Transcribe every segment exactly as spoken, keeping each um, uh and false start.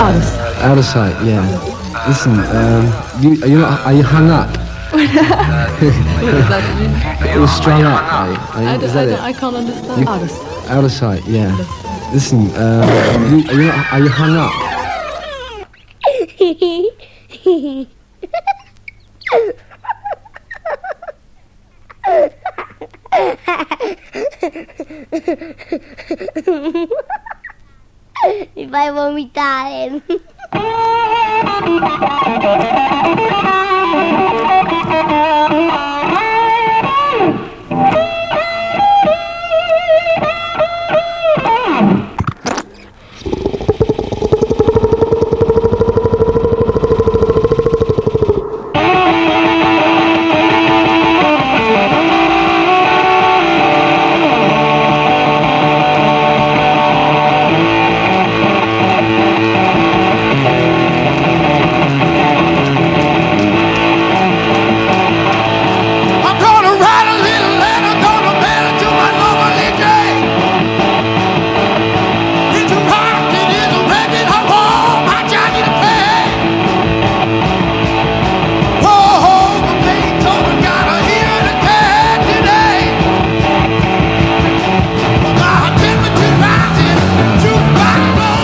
Out of sight. Out of sight, yeah. Listen, um, you, are you not, are you hung up? What does that mean? It was strung up, are you? Are you- I, d- is I, that d- it? I can't understand. You- Out of sight. Out of sight, yeah. Listen, um, you, are, you not, are you hung up? Mi fai vomitare. I'm gonna write a little letter, gonna mail it to my lover, Lee J. It's a rock, it is a record, I'm home, my Johnny to pay. Whoa, the Beethoven gotta hear the cat today. My temperature rising, jukebox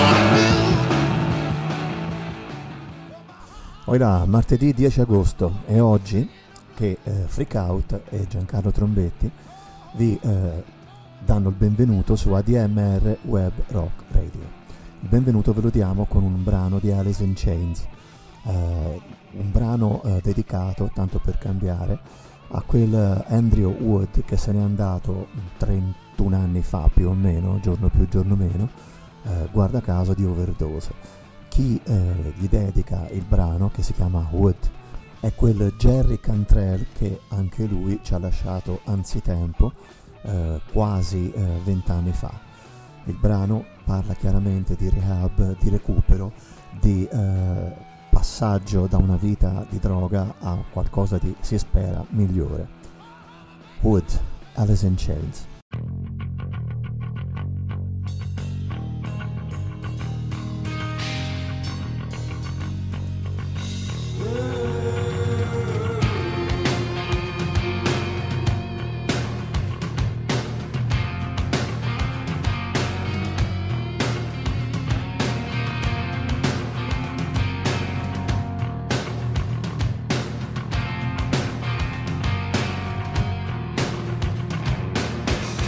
blowing. Ora, martedì dieci agosto, è oggi che eh, Freak Out e Giancarlo Trombetti vi eh, danno il benvenuto su A D M R Web Rock Radio. Il benvenuto ve lo diamo con un brano di Alice in Chains, eh, un brano eh, dedicato, tanto per cambiare, a quel eh, Andrew Wood che se n'è andato trentuno anni fa più o meno, giorno più giorno meno, eh, guarda caso di overdose. Chi eh, gli dedica il brano, che si chiama Wood, è quel Jerry Cantrell che anche lui ci ha lasciato anzitempo, eh, quasi vent'anni fa. Il brano parla chiaramente di rehab, di recupero, di eh, passaggio da una vita di droga a qualcosa di, si spera, migliore. Wood, Alice in Chains. Whoa,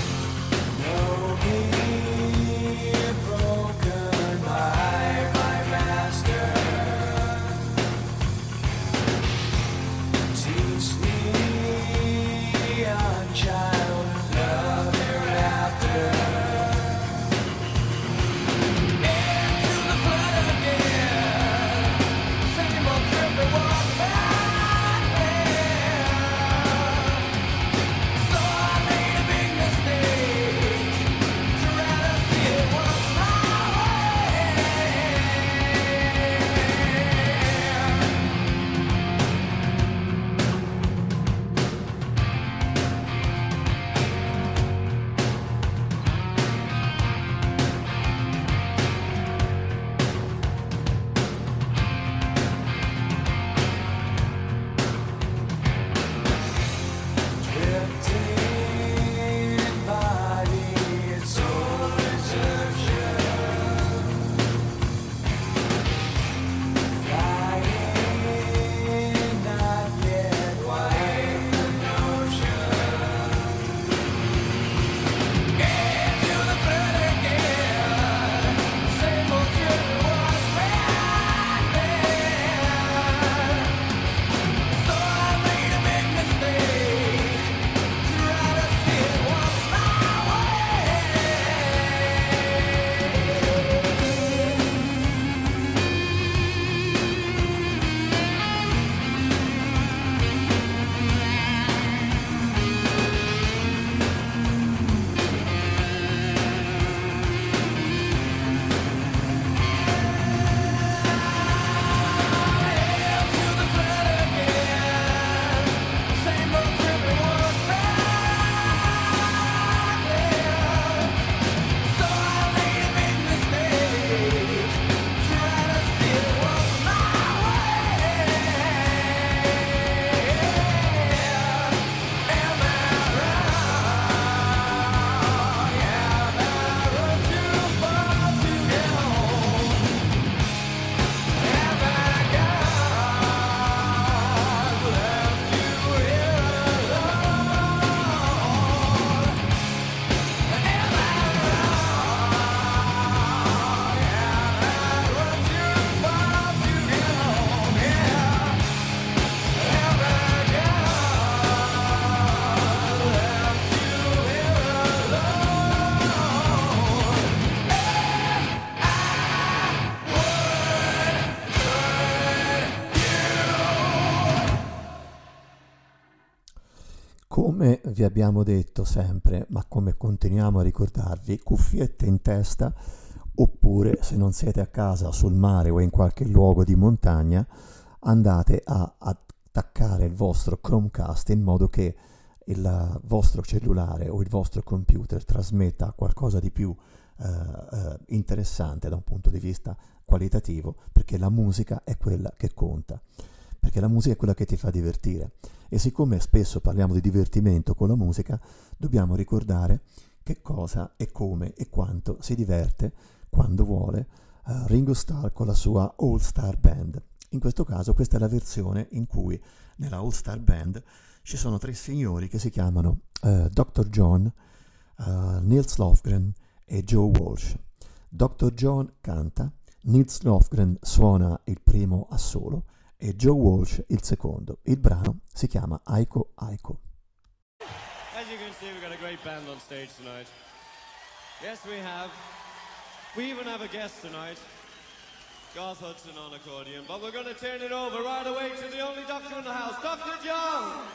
Come vi abbiamo detto sempre, ma come continuiamo a ricordarvi, cuffiette in testa, oppure se non siete a casa, sul mare o in qualche luogo di montagna, andate a attaccare il vostro Chromecast in modo che il vostro cellulare o il vostro computer trasmetta qualcosa di più eh, eh, interessante da un punto di vista qualitativo, perché la musica è quella che conta, perché la musica è quella che ti fa divertire. E siccome spesso parliamo di divertimento con la musica, dobbiamo ricordare che cosa e come e quanto si diverte quando vuole uh, Ringo Starr con la sua All Star Band. In questo caso questa è la versione in cui nella All Star Band ci sono tre signori che si chiamano uh, doctor John, uh, Nils Lofgren e Joe Walsh. doctor John canta, Nils Lofgren suona il primo assolo e Joe Walsh il secondo. Il brano si chiama Aiko Aiko. As you can see, we've got a great band on stage tonight. Yes, we have. We even have a guest tonight, Garth Hudson on accordion. But we're going to turn it over right away to the only doctor in the house, Doctor John!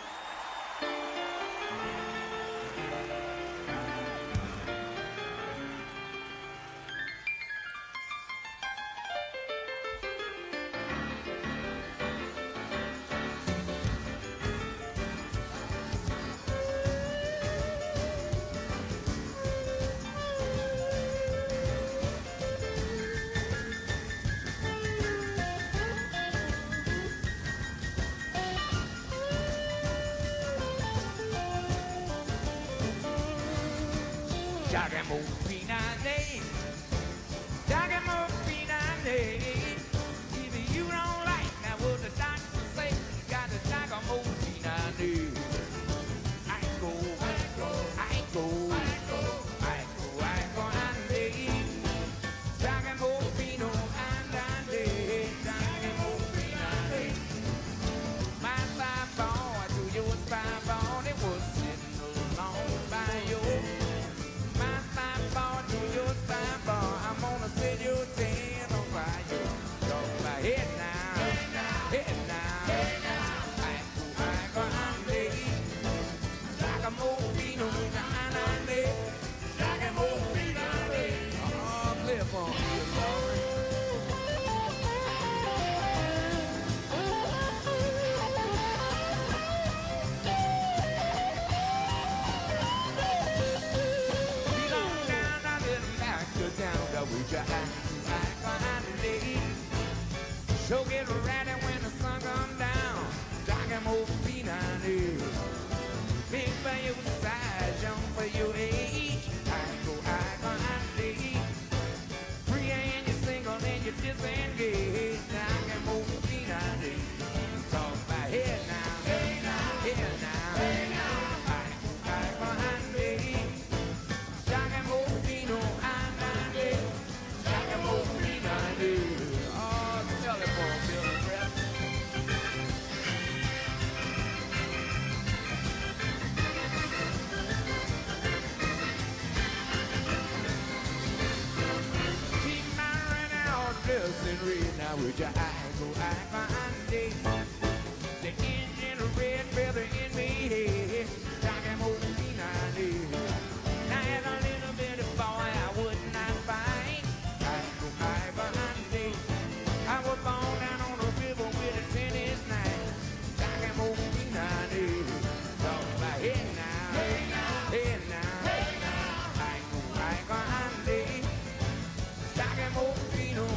So get ready when the sun comes down. Dark and more peanut is. Big for your size, young for your age. I go, I go, I dig. Free and you're single and you're disengaged. Dark and more peanut is. Talk about head now, head now, head now, head now. I go, I go, I dig. Dark and more peanut, I dig. Dark and more peanut is. And read now with your eye go I find day. The engine red feather in me head. Talking more peanut. Now as a little bit of boy I would not fight. I go I find day. I was born down on the river with a tennis knife. Talking more peanut. Talk about head now, head now, head now, head now. I go I find day. Talking more peanut.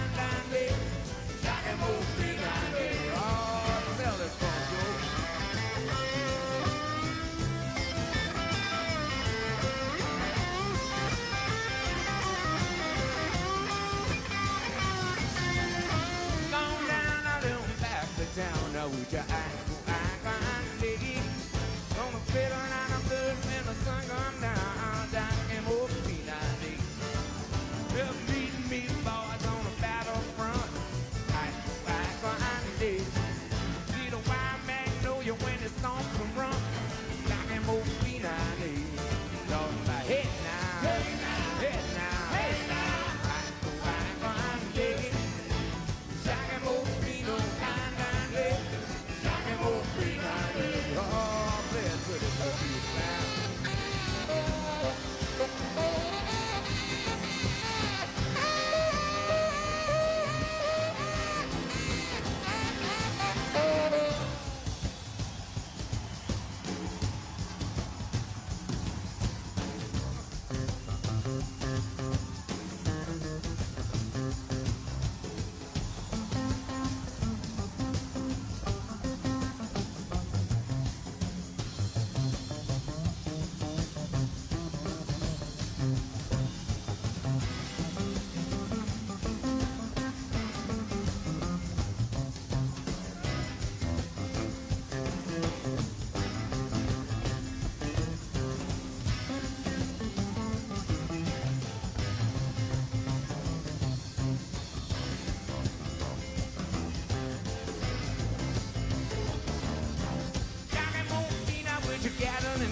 Down now with your eye, eye, eye, diggy. Gonna feel around the good when the sun comes down. Down and more peanut diggy. Well, meeting me boys on the battlefront. Eye, eye, eye, diggy. See the wild magnolia when the storms come run. Down and more peanut diggy. Talk about head now, head now, head now, head now. Eye, eye, eye, diggy. Down and more peanut.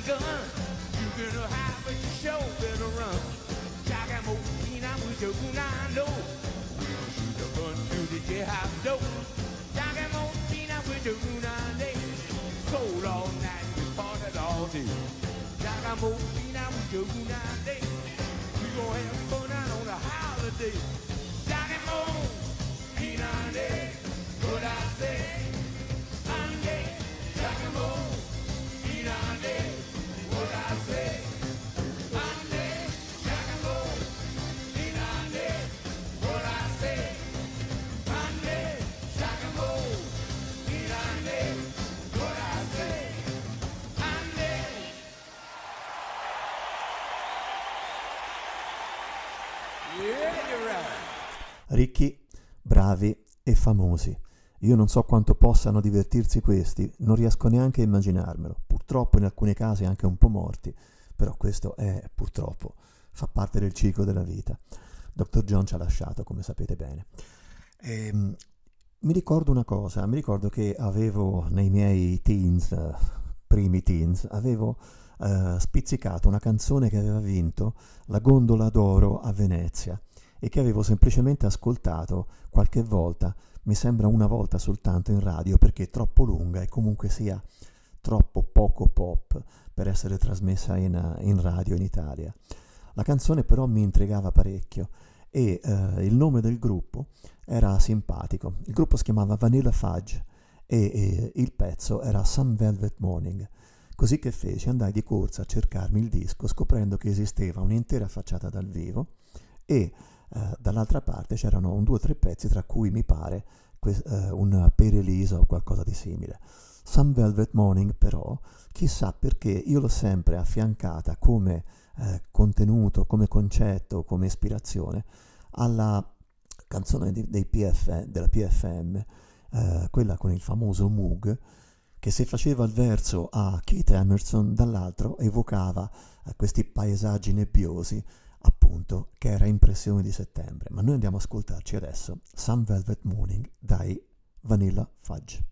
gun. You can hide, but you sure better run. Jackamopina with your unando. Shoot a gun through the jailhouse door. Jackamopina with your unando. Sold all night, we parted all day. Jackamopina with your unando. We gon' have fun out on a holiday. Jackamopina, what I say. Monday, Jackamopina, what I say. Monday, Jackamopina, what I say. Monday, Jackamopina, what I say. Monday. Yeah, you're right. Ricchi, bravi e famosi. Io non so quanto possano divertirsi questi, non riesco neanche a immaginarmelo. Purtroppo in alcuni casi anche un po' morti, però questo è purtroppo, fa parte del ciclo della vita. doctor John ci ha lasciato, come sapete bene. Ehm, mi ricordo una cosa, mi ricordo che avevo nei miei teens, eh, primi teens, avevo eh, spizzicato una canzone che aveva vinto la Gondola d'Oro a Venezia e che avevo semplicemente ascoltato qualche volta, mi sembra una volta soltanto in radio, perché è troppo lunga e comunque sia troppo poco pop per essere trasmessa in, in radio in Italia. La canzone però mi intrigava parecchio e eh, il nome del gruppo era simpatico. Il gruppo si chiamava Vanilla Fudge e, e il pezzo era Some Velvet Morning. Così che feci, andai di corsa a cercarmi il disco, scoprendo che esisteva un'intera facciata dal vivo e Uh, dall'altra parte c'erano un due o tre pezzi, tra cui mi pare que- uh, un Per Elisa o qualcosa di simile. Some Velvet Morning però, chissà perché, io l'ho sempre affiancata come uh, contenuto, come concetto, come ispirazione alla canzone di, dei P F, della P F M, uh, quella con il famoso Moog, che se faceva il verso a Keith Emerson, dall'altro evocava uh, questi paesaggi nebbiosi, appunto, che era Impressioni di settembre. Ma noi andiamo a ascoltarci adesso Some Velvet Morning dai Vanilla Fudge.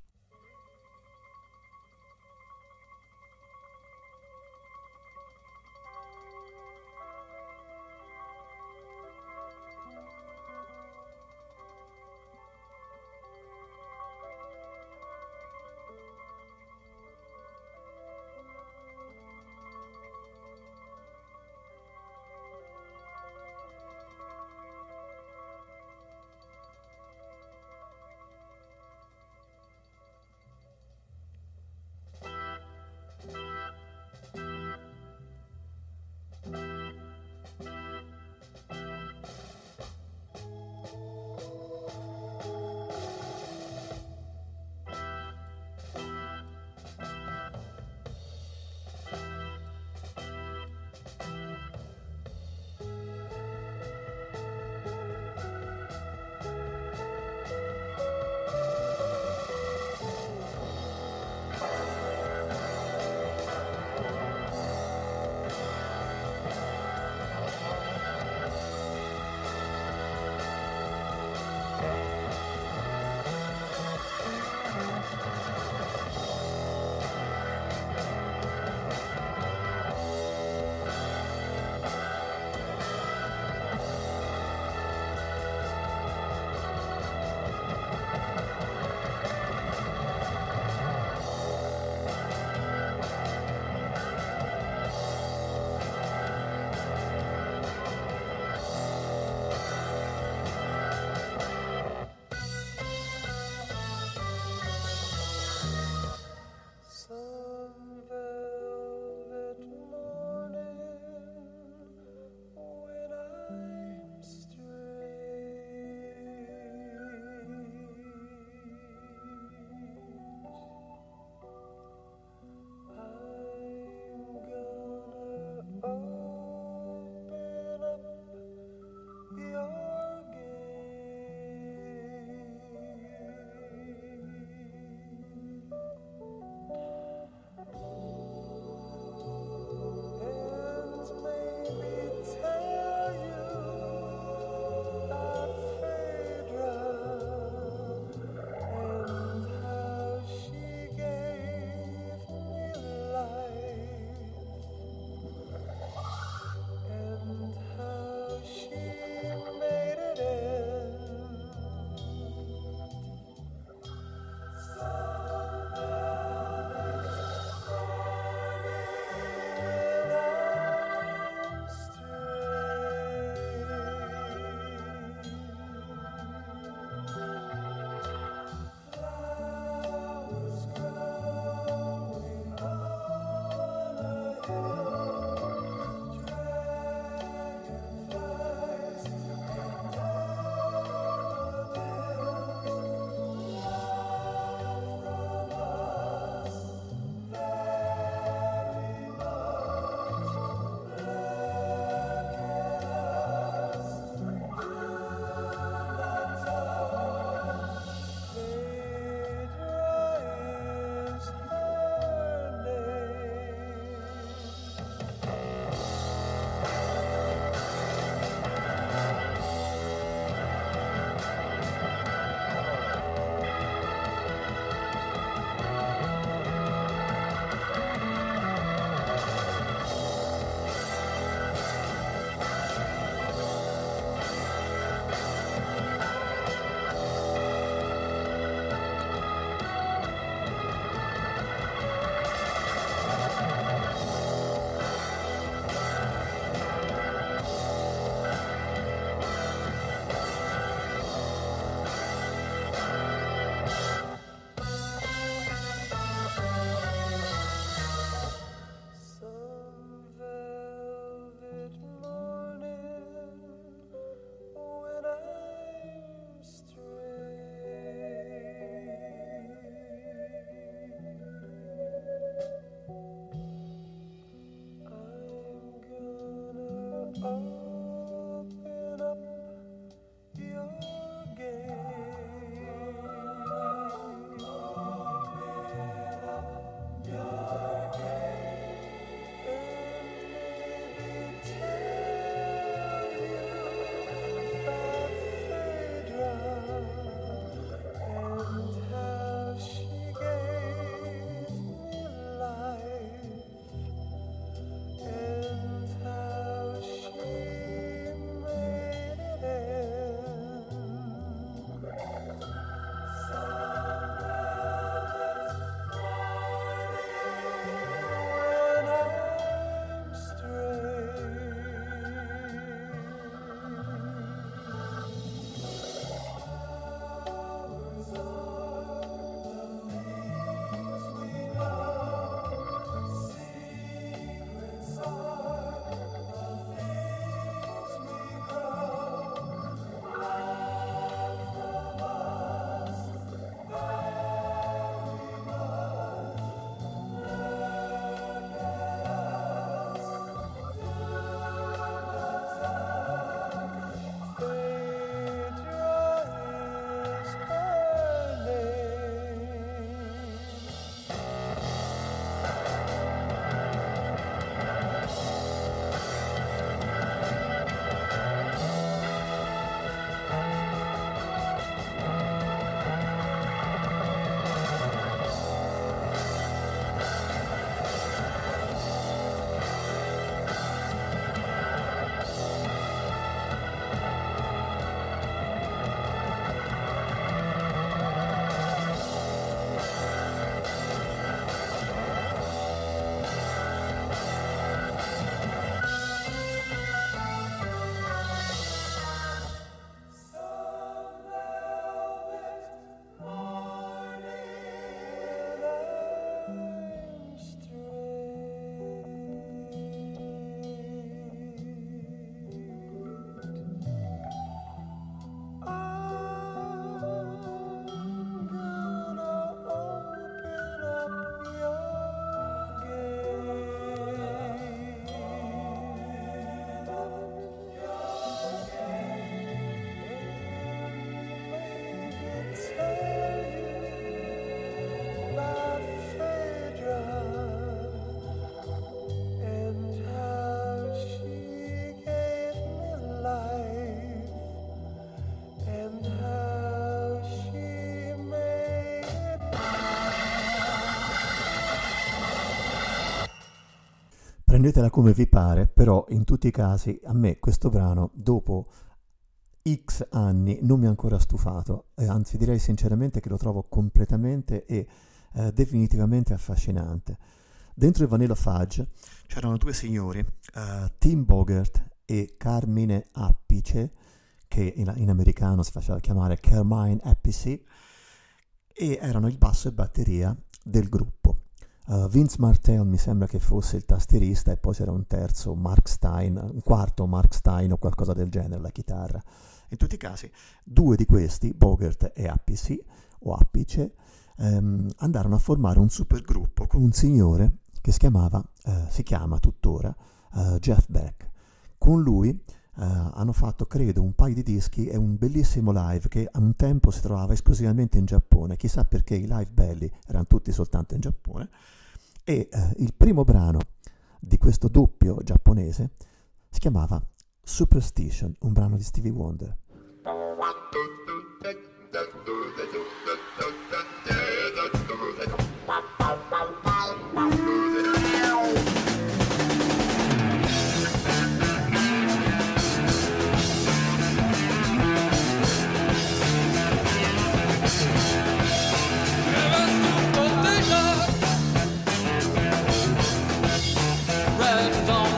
prendetela come vi pare, però in tutti i casi a me questo brano dopo X anni non mi ha ancora stufato, eh, anzi direi sinceramente che lo trovo completamente e eh, definitivamente affascinante. Dentro il Vanilla Fudge c'erano due signori, uh, Tim Bogert e Carmine Appice, che in, in americano si faceva chiamare Carmine Appice, e erano il basso e batteria del gruppo. Uh, Vince Martel mi sembra che fosse il tastierista e poi c'era un terzo, Mark Stein, un quarto Mark Stein o qualcosa del genere, la chitarra. In tutti i casi, due di questi, Bogert e Appice, o Appice, ehm, andarono a formare un supergruppo con un signore che si chiamava, eh, si chiama tuttora, eh, Jeff Beck. Con lui eh, hanno fatto, credo, un paio di dischi e un bellissimo live che a un tempo si trovava esclusivamente in Giappone, chissà perché i live belli erano tutti soltanto in Giappone, e eh, il primo brano di questo doppio giapponese si chiamava Superstition, un brano di Stevie Wonder.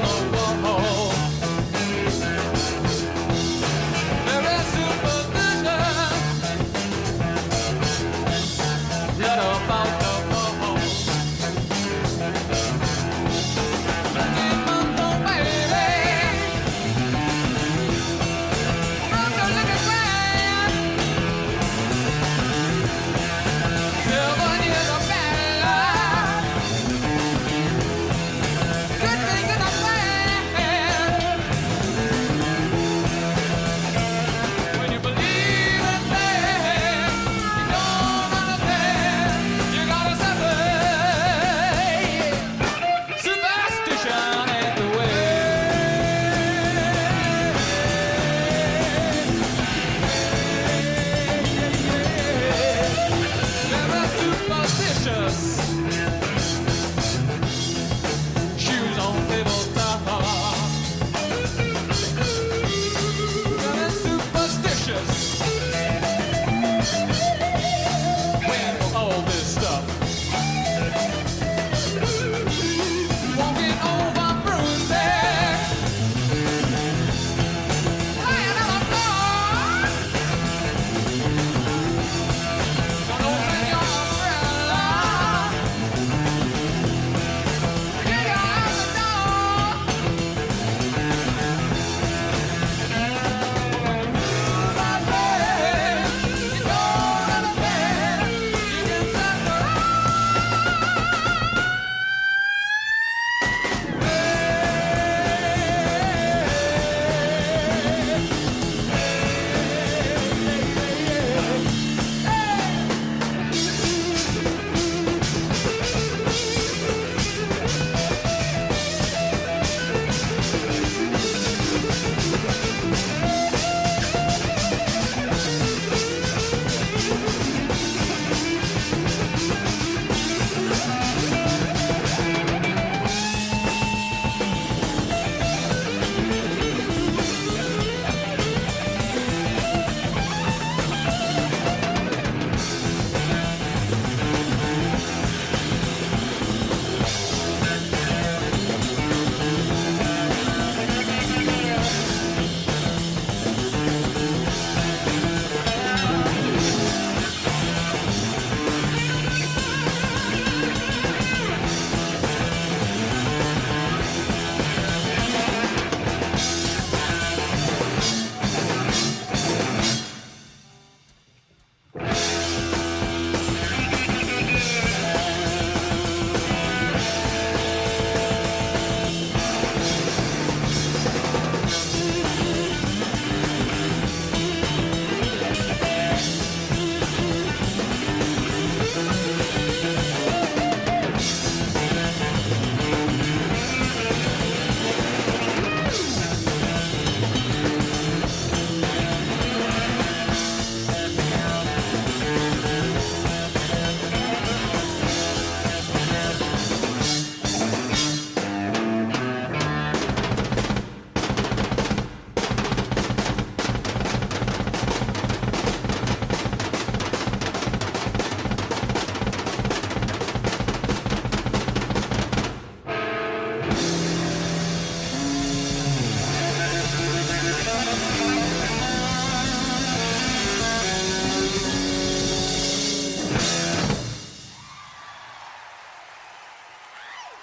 There is superstition.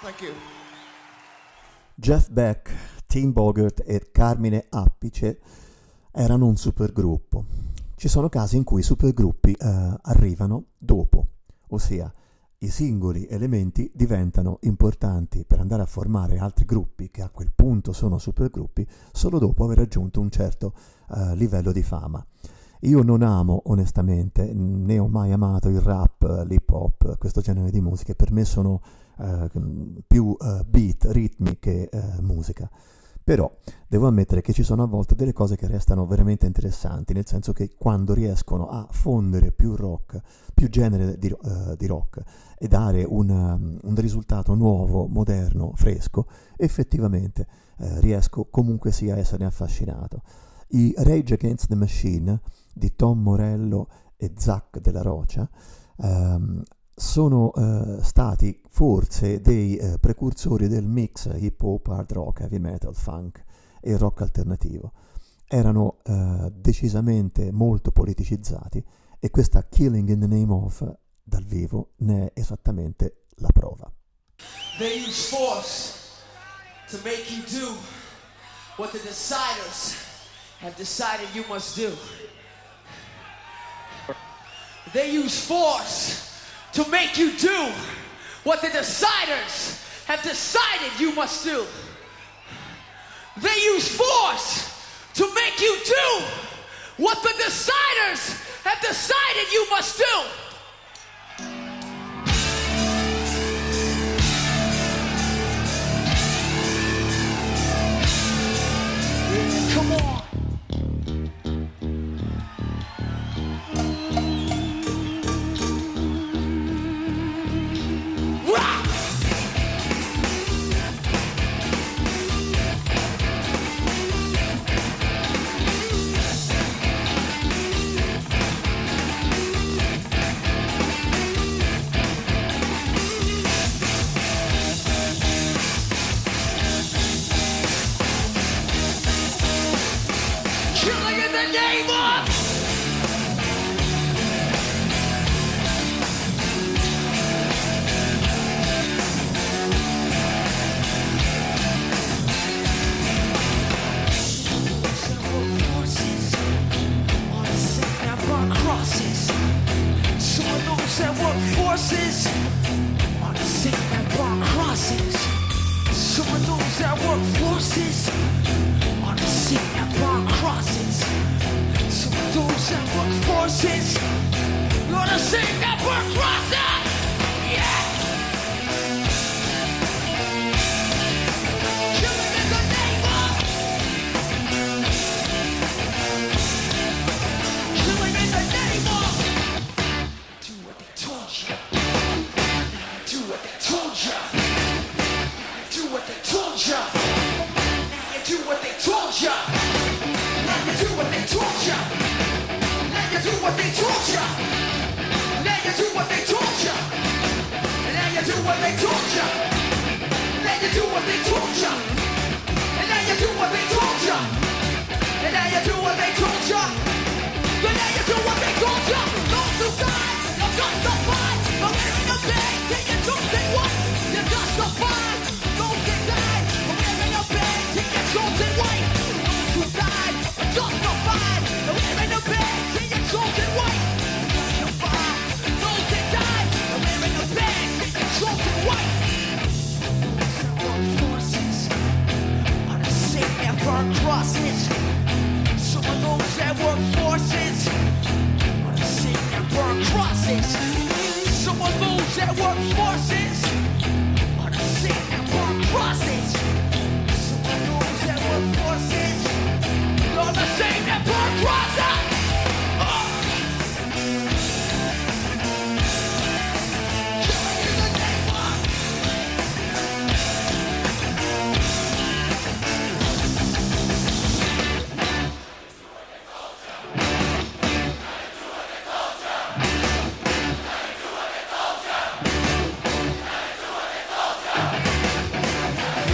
Thank you. Jeff Beck, Tim Bogert e Carmine Appice erano un supergruppo. Ci sono casi in cui i supergruppi eh, arrivano dopo, ossia i singoli elementi diventano importanti per andare a formare altri gruppi che a quel punto sono supergruppi solo dopo aver raggiunto un certo uh, livello di fama. Io non amo onestamente, né ho mai amato il rap, l'hip hop, questo genere di musiche, per me sono uh, più uh, beat, ritmi che uh, musica. Però devo ammettere che ci sono a volte delle cose che restano veramente interessanti, nel senso che quando riescono a fondere più rock, più genere di, uh, di rock e dare un, um, un risultato nuovo, moderno, fresco, effettivamente uh, riesco comunque sia a esserne affascinato. I Rage Against the Machine di Tom Morello e Zack della Rocha um, sono uh, stati forse dei uh, precursori del mix hip hop, hard rock, heavy metal, funk e rock alternativo. Erano uh, decisamente molto politicizzati e questa Killing in the Name of dal vivo ne è esattamente la prova. They use force to make you do what the deciders have decided you must do. They use force to make you do what the deciders have decided you must do. They use force to make you do what the deciders have decided you must do. Come on.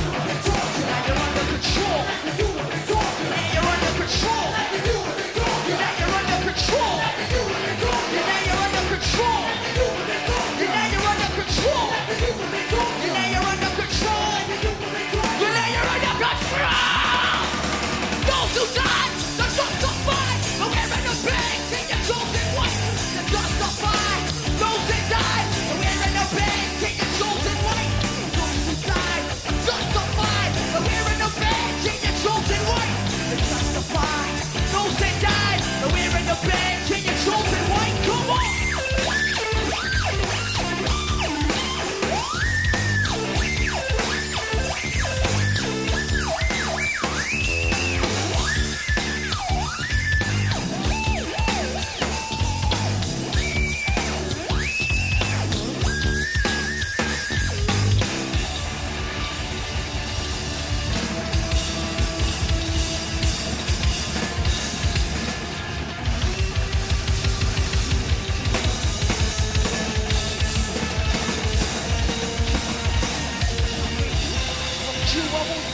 Control.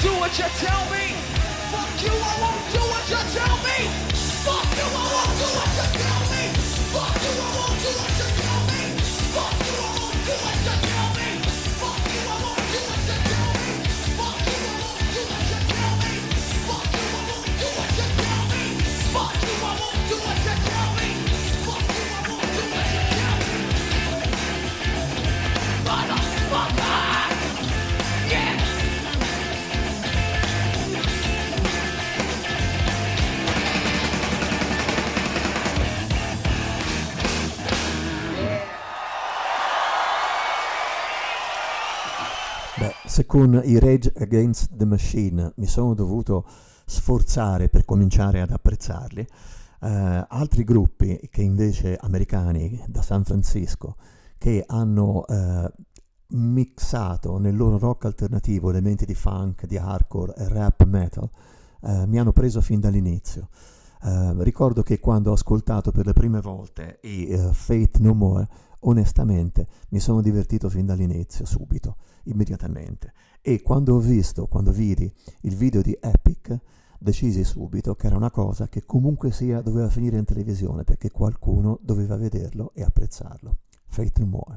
do what you tell me. Fuck you, I won't do what you tell me. Fuck you, I won't do what you tell me. Fuck you, I won't do what you tell me. Fuck you, I won't do what you tell me. Fuck you, I won't do what you tell me. Fuck you, I won't do what you tell me. Fuck you, I won't do what you tell me. Fuck you, I won't do what you tell me. Fuck you, I won't do what you tell me. Motherfucker! Yeah! Beh, se con i Rage Against the Machine mi sono dovuto sforzare per cominciare ad apprezzarli, eh, altri gruppi che invece americani da San Francisco che hanno eh, mixato nel loro rock alternativo elementi di funk, di hardcore e rap metal, eh, mi hanno preso fin dall'inizio. Eh, ricordo che quando ho ascoltato per le prime volte i uh, Faith No More, onestamente mi sono divertito fin dall'inizio, subito, immediatamente. E quando ho visto, quando vidi il video di Epic, decisi subito che era una cosa che comunque sia doveva finire in televisione, perché qualcuno doveva vederlo e apprezzarlo. Faith No More.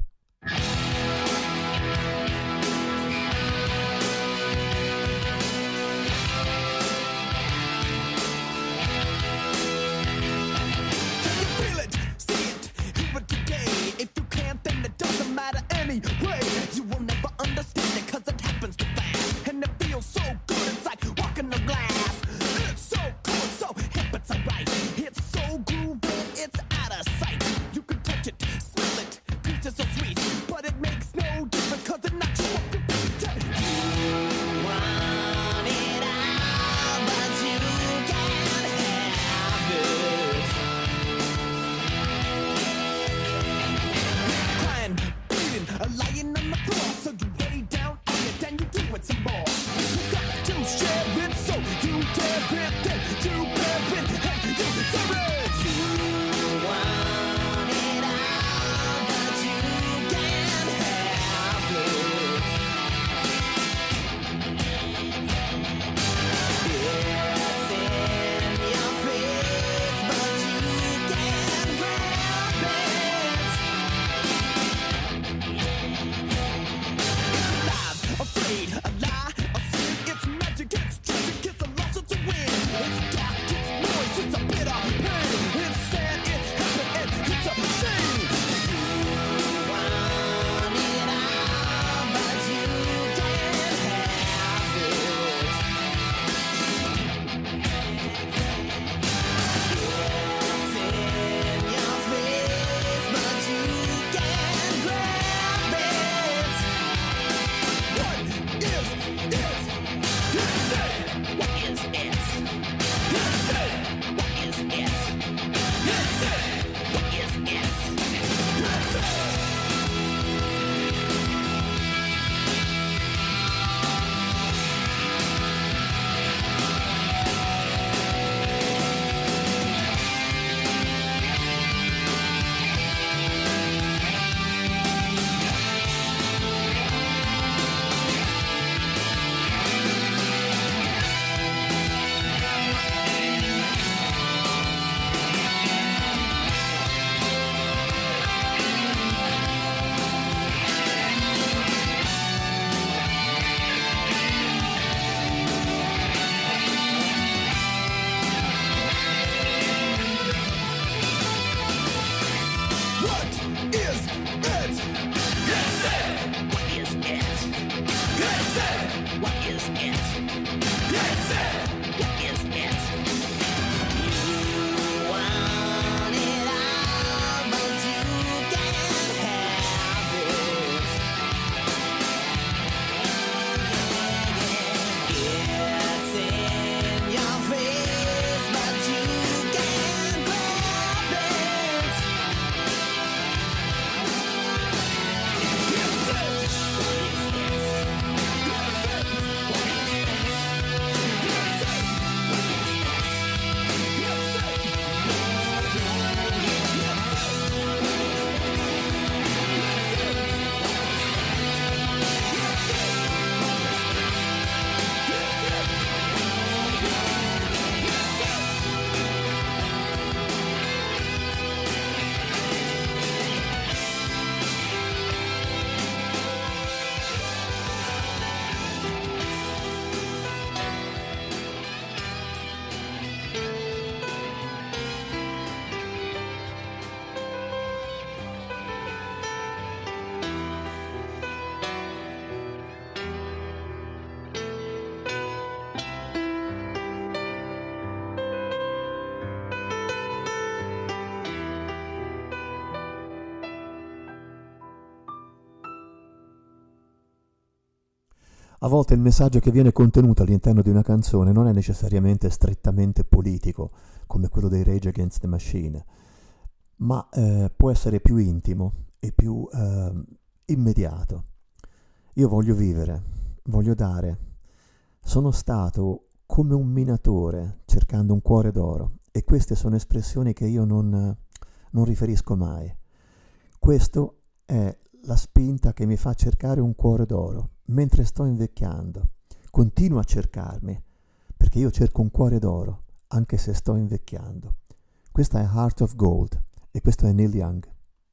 Anyway, you will never understand it cause it happens too fast. And it feels so good, it's like walking on glass. It's so cool, so hip, it's alright. It's so groovy, it's out of sight. You can touch it, smell it, pieces so sweet. But it makes no difference cause it knocks you off your feet. You want it all, but you can't have it. It's crying, lying on the floor, so you lay down on it and you do it some more. You got to share it, so you dare it, then you bear it, and you deserve it. You want it all, but you can't have it. It's in your face, but you can't grab it. A volte il messaggio che viene contenuto all'interno di una canzone non è necessariamente strettamente politico, come quello dei Rage Against the Machine, ma eh, può essere più intimo e più eh, immediato. Io voglio vivere, voglio dare. Sono stato come un minatore cercando un cuore d'oro, e queste sono espressioni che io non, non riferisco mai. Questo è la spinta che mi fa cercare un cuore d'oro mentre sto invecchiando. Continuo a cercarmi, perché io cerco un cuore d'oro anche se sto invecchiando. Questa è Heart of Gold e questo è Neil Young.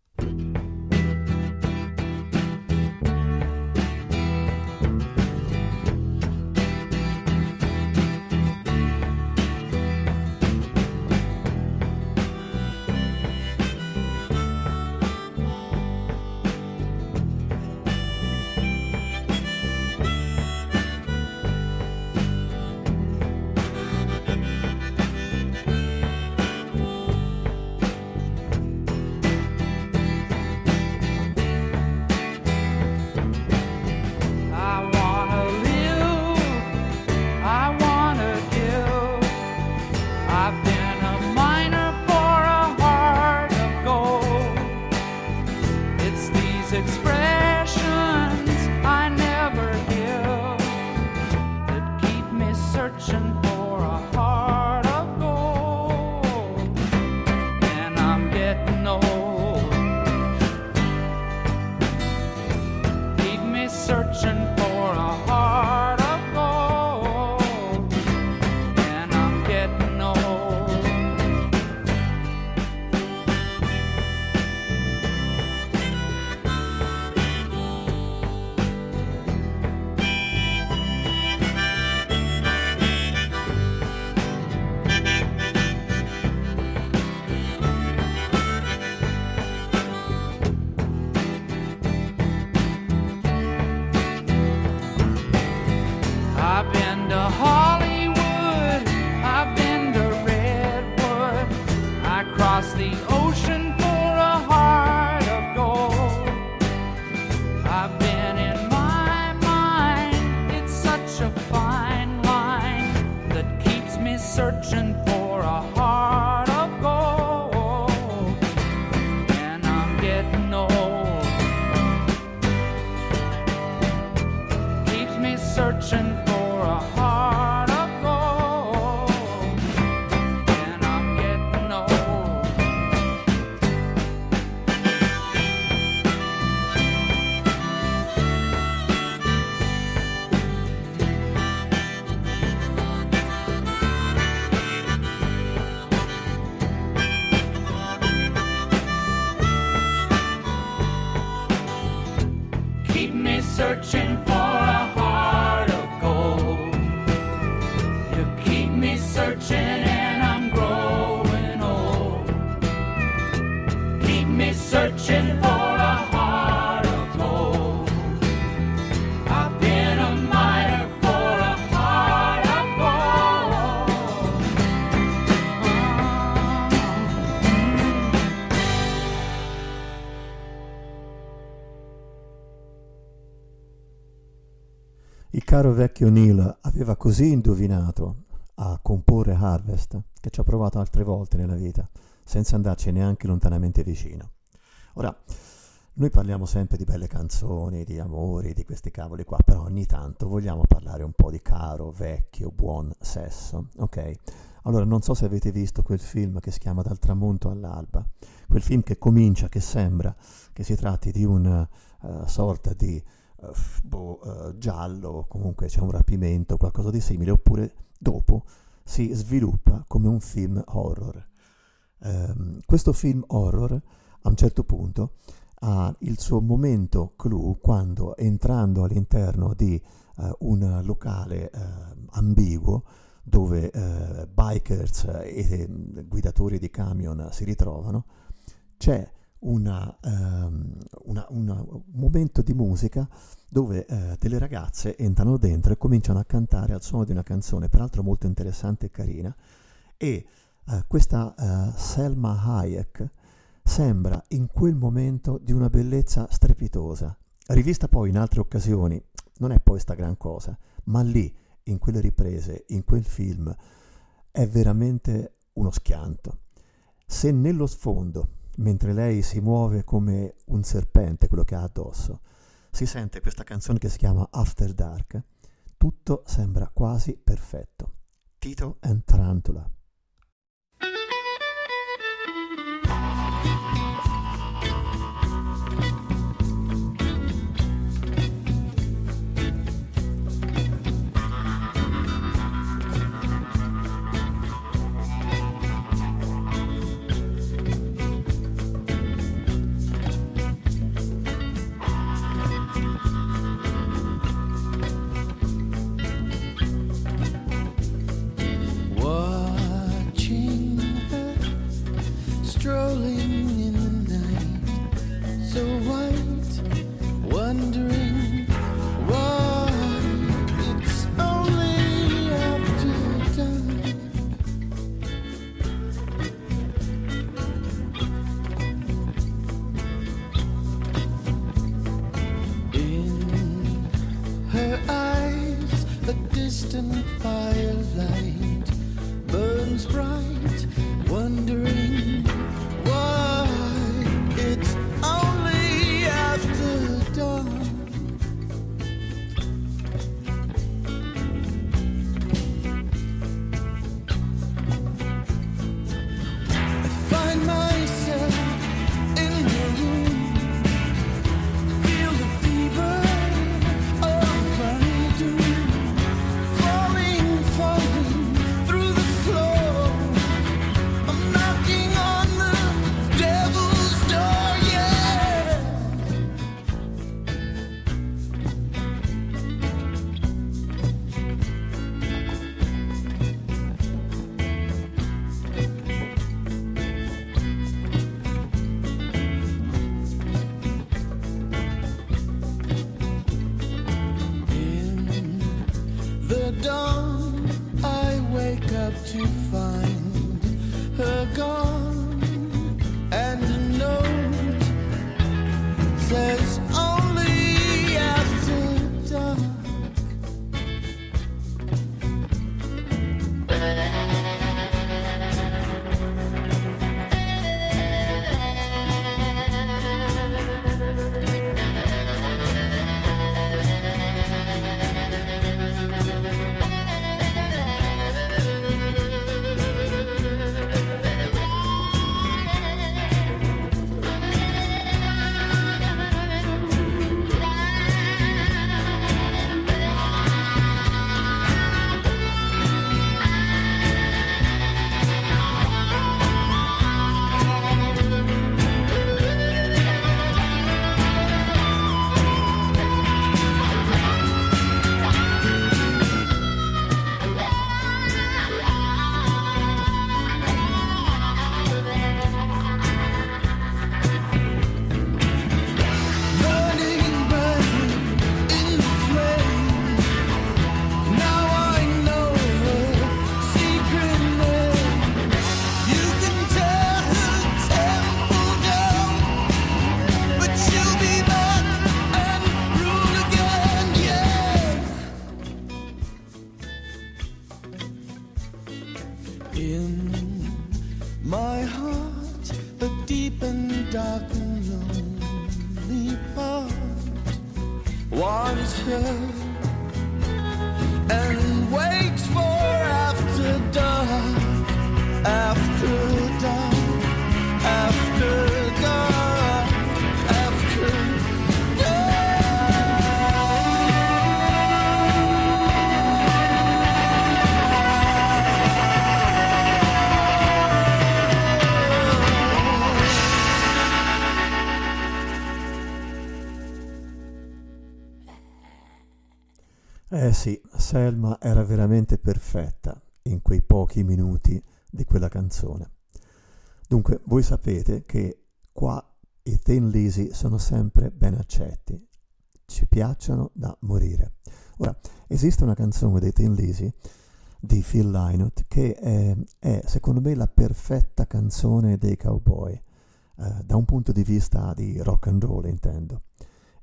Searching for a heart of gold. You keep me searching and I'm growing old. Keep me searching for a heart of gold. I've been a miner for a heart of gold. Il caro vecchio Neil aveva così indovinato a comporre Harvest che ci ha provato altre volte nella vita, senza andarci neanche lontanamente vicino. Ora, noi parliamo sempre di belle canzoni, di amori, di questi cavoli qua, però ogni tanto vogliamo parlare un po' di caro, vecchio, buon sesso, ok? Allora, non so se avete visto quel film che si chiama Dal tramonto all'alba, quel film che comincia, che sembra che si tratti di una uh, sorta di uh, boh, uh, giallo, comunque c'è un rapimento, qualcosa di simile, oppure dopo si sviluppa come un film horror. Um, questo film horror, a un certo punto, ha il suo momento clou quando, entrando all'interno di uh, un locale uh, ambiguo, dove eh, bikers e eh, guidatori di camion si ritrovano, c'è una, um, una, una, un momento di musica dove eh, delle ragazze entrano dentro e cominciano a cantare al suono di una canzone, peraltro molto interessante e carina, e eh, questa eh, Selma Hayek sembra in quel momento di una bellezza strepitosa. Rivista poi in altre occasioni, non è poi sta gran cosa, ma lì, in quelle riprese, in quel film, è veramente uno schianto. Se nello sfondo, mentre lei si muove come un serpente, quello che ha addosso, si sente questa canzone che si chiama After Dark, tutto sembra quasi perfetto. Tito and Tarantula. Eh sì, Selma era veramente perfetta in quei pochi minuti di quella canzone. Dunque, voi sapete che qua i Thin Lizzy sono sempre ben accetti, ci piacciono da morire. Ora, esiste una canzone dei Thin Lizzy di Phil Lynott che è, è secondo me la perfetta canzone dei cowboy, eh, da un punto di vista di rock and roll intendo.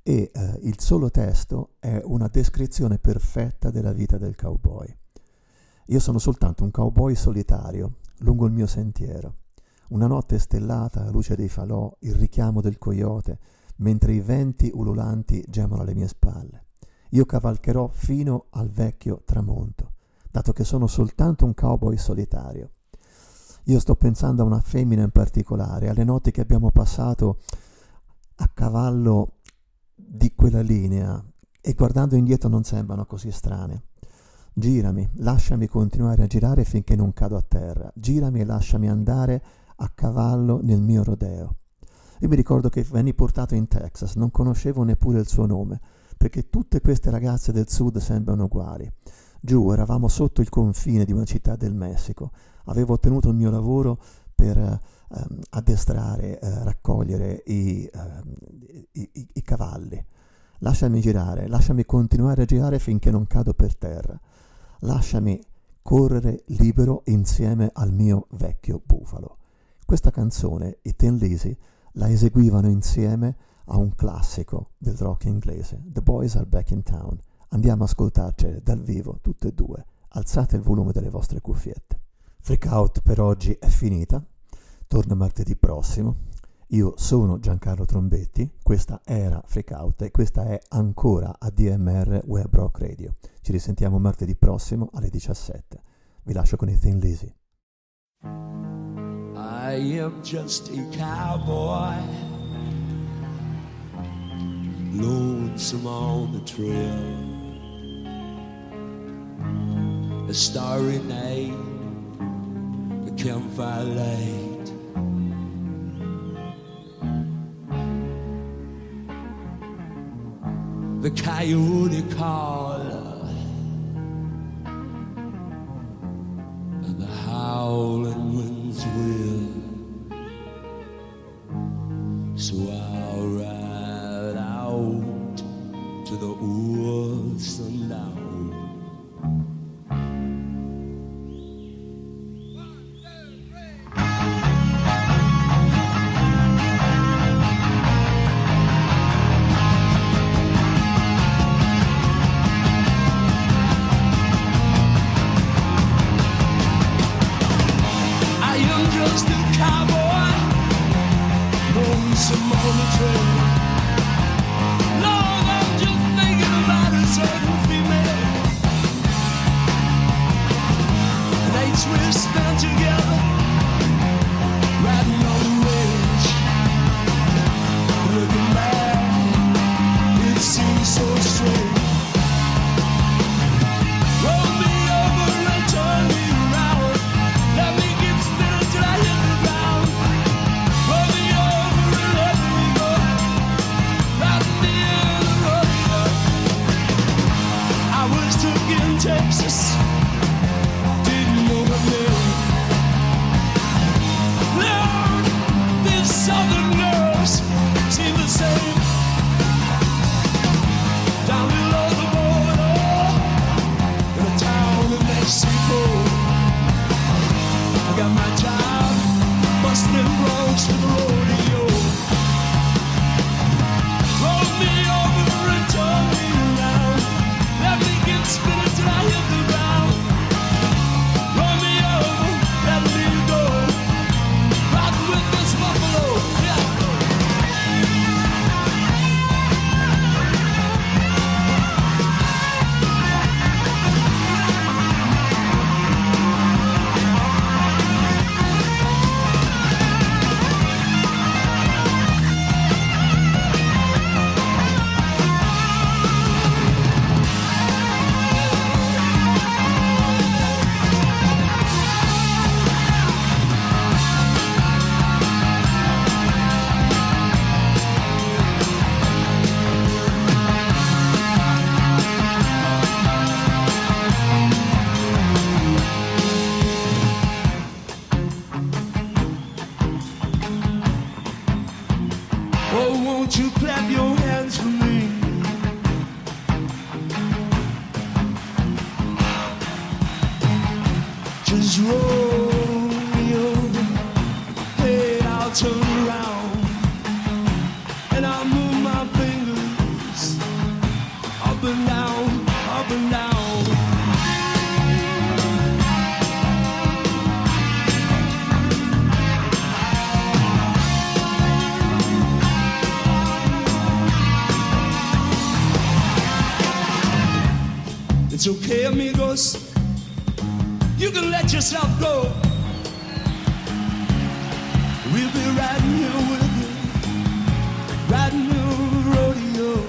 e eh, il solo testo è una descrizione perfetta della vita del cowboy. Io sono soltanto un cowboy solitario lungo il mio sentiero. Una notte stellata, la luce dei falò, il richiamo del coyote, mentre i venti ululanti gemano alle mie spalle. Io cavalcherò fino al vecchio tramonto, dato che sono soltanto un cowboy solitario. Io sto pensando a una femmina in particolare, alle notti che abbiamo passato a cavallo di quella linea, e guardando indietro non sembrano così strane. Girami, lasciami continuare a girare finché non cado a terra. Girami e lasciami andare a cavallo nel mio rodeo. Io mi ricordo che venni portato in Texas, non conoscevo neppure il suo nome, perché tutte queste ragazze del sud sembrano uguali. Giù eravamo sotto il confine di una città del Messico. Avevo ottenuto il mio lavoro per ehm, addestrare, eh, raccogliere i, ehm, i, i, i cavalli. Lasciami girare, lasciami continuare a girare finché non cado per terra. Lasciami correre libero insieme al mio vecchio bufalo. Questa canzone i Thin Lizzy la eseguivano insieme a un classico del rock inglese, The Boys Are Back in Town. Andiamo a ascoltarci dal vivo tutte e due. Alzate il volume delle vostre cuffiette. Freak Out per oggi è finita, torna martedì prossimo. Io sono Giancarlo Trombetti, questa era Freak Out e questa è ancora A D M R Web Rock Radio. Ci risentiamo martedì prossimo alle diciassette. Vi lascio con i Thin Lizzy. I am just a cowboy, lonesome on the trail, a starry night, a campfire light, the coyote call and the howling winds will. So I'll ride out to the woods sundown. I am just a cowboy, lonesome on the trail. Lord, I'm just thinking about a certain female. Nights we spent together, riding on the range. Looking back, it seems so strange. Roll me over and turn me around. Let me get spinning till I hit the ground. Roll me over and let me go. Ride me in the rodeo. I was took in Texas, didn't know her name. Lord, these southern girls seem the same. Down below the border, in a town in Mexico, I got my job busting broncs for the rodeo. Roll me over and turn me around. Let me get spinning till I hit the ground. Roll me over, let me go. Riding with this buffalo, yeah. Oh, won't you clap your hands for me? Just roll me over, hey, I'll turn around and I'll move my fingers and down. It's okay, amigos. You can let yourself go. We'll be riding here with you, riding the rodeo.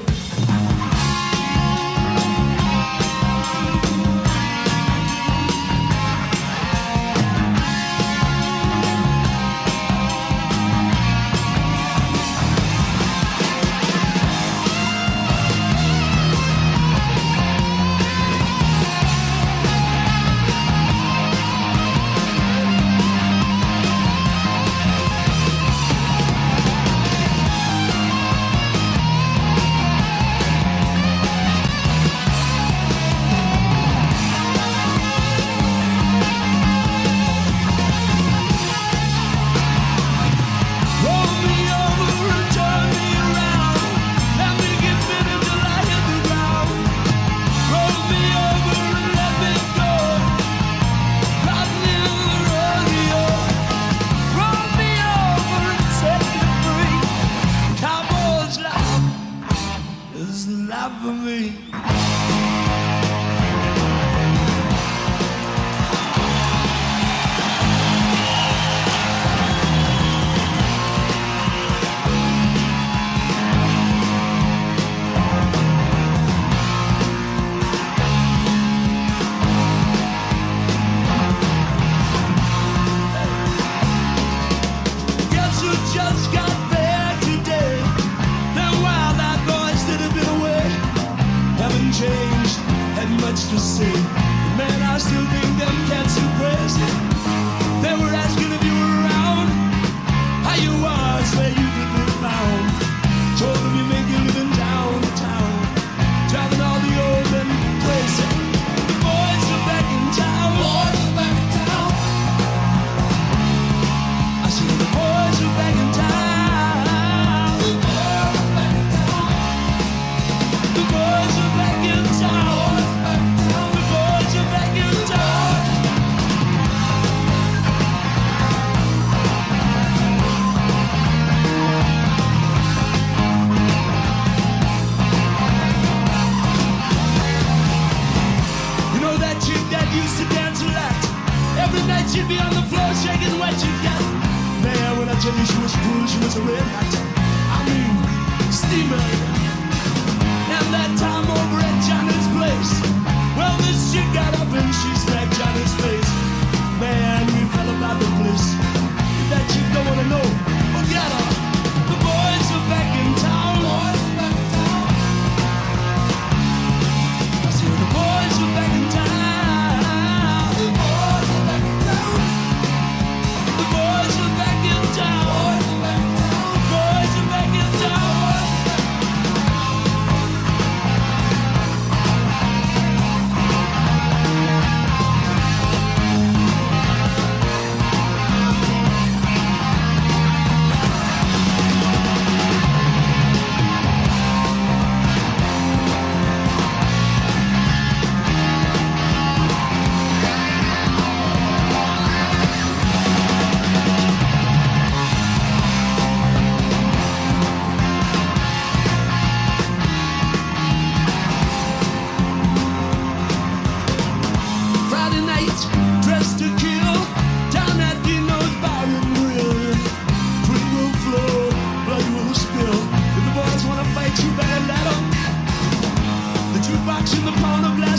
in the pound of black.